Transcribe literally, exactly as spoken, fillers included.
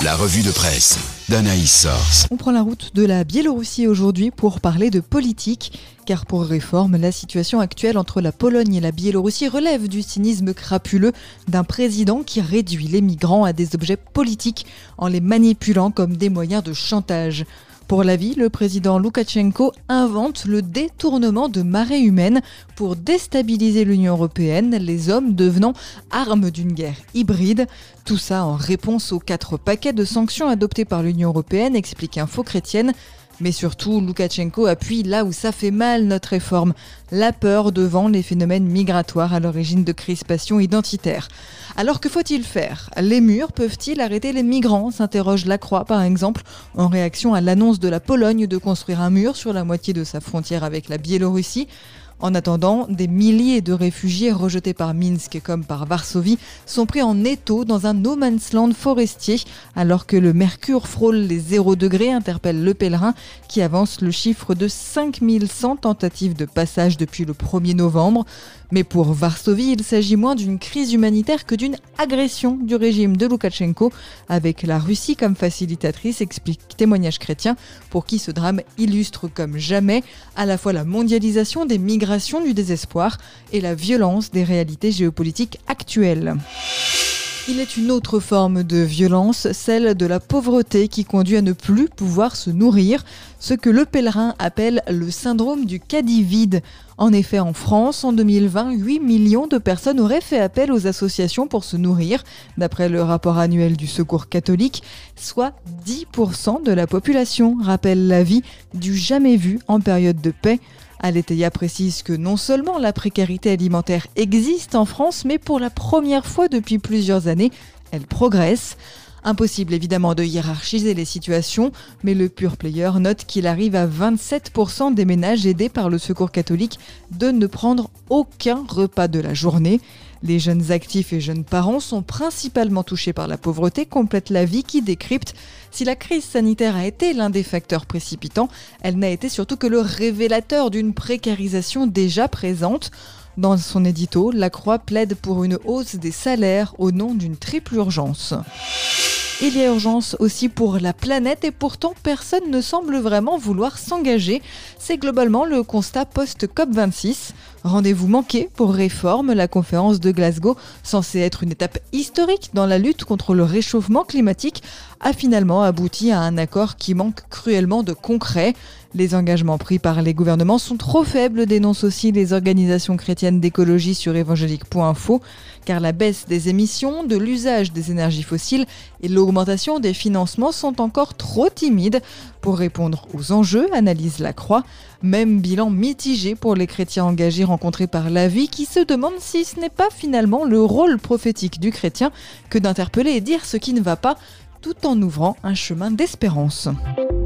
La revue de presse d'Anaïs Source. On prend la route de la Biélorussie aujourd'hui pour parler de politique. Car pour Réforme, la situation actuelle entre la Pologne et la Biélorussie relève du cynisme crapuleux d'un président qui réduit les migrants à des objets politiques en les manipulant comme des moyens de chantage. Pour l'avis, le président Loukachenko invente le détournement de marées humaines pour déstabiliser l'Union européenne, les hommes devenant armes d'une guerre hybride. Tout ça en réponse aux quatre paquets de sanctions adoptés par l'Union européenne, explique Info Chrétienne. Mais surtout, Loukachenko appuie là où ça fait mal notre réforme, la peur devant les phénomènes migratoires à l'origine de crispations identitaires. Alors que faut-il faire ? Les murs peuvent-ils arrêter les migrants ? S'interroge Lacroix par exemple, en réaction à l'annonce de la Pologne de construire un mur sur la moitié de sa frontière avec la Biélorussie. En attendant, des milliers de réfugiés rejetés par Minsk comme par Varsovie sont pris en étau dans un no man's land forestier, alors que le mercure frôle les zéro degrés, interpelle Le Pèlerin, qui avance le chiffre de cinq mille cent tentatives de passage depuis le premier novembre. Mais pour Varsovie, il s'agit moins d'une crise humanitaire que d'une agression du régime de Loukachenko, avec la Russie comme facilitatrice, explique Témoignage chrétien, pour qui ce drame illustre comme jamais à la fois la mondialisation des migrations du désespoir et la violence des réalités géopolitiques actuelles. Il est une autre forme de violence, celle de la pauvreté qui conduit à ne plus pouvoir se nourrir, ce que Le Pèlerin appelle le syndrome du caddie vide. En effet, en France, en deux mille vingt, huit millions de personnes auraient fait appel aux associations pour se nourrir, d'après le rapport annuel du Secours catholique, soit dix pour cent de la population, rappelle l'avis du jamais vu en période de paix. Aletheia précise que non seulement la précarité alimentaire existe en France, mais pour la première fois depuis plusieurs années, elle progresse. Impossible évidemment de hiérarchiser les situations, mais le Pure Player note qu'il arrive à vingt-sept pour cent des ménages aidés par le Secours catholique de ne prendre aucun repas de la journée. Les jeunes actifs et jeunes parents sont principalement touchés par la pauvreté, complète l'avis qui décrypte. Si la crise sanitaire a été l'un des facteurs précipitants, elle n'a été surtout que le révélateur d'une précarisation déjà présente. Dans son édito, Lacroix plaide pour une hausse des salaires au nom d'une triple urgence. Il y a urgence aussi pour la planète et pourtant personne ne semble vraiment vouloir s'engager. C'est globalement le constat post-C O P vingt-six. Rendez-vous manqué pour Réforme, la conférence de Glasgow, censée être une étape historique dans la lutte contre le réchauffement climatique, a finalement abouti à un accord qui manque cruellement de concret. Les engagements pris par les gouvernements sont trop faibles, dénoncent aussi les organisations chrétiennes d'écologie sur évangélique point info, car la baisse des émissions, de l'usage des énergies fossiles et l'augmentation des financements sont encore trop timides pour répondre aux enjeux, analyse Lacroix. Même bilan mitigé pour les chrétiens engagés rencontrés par l'avis qui se demandent si ce n'est pas finalement le rôle prophétique du chrétien que d'interpeller et dire ce qui ne va pas, tout en ouvrant un chemin d'espérance.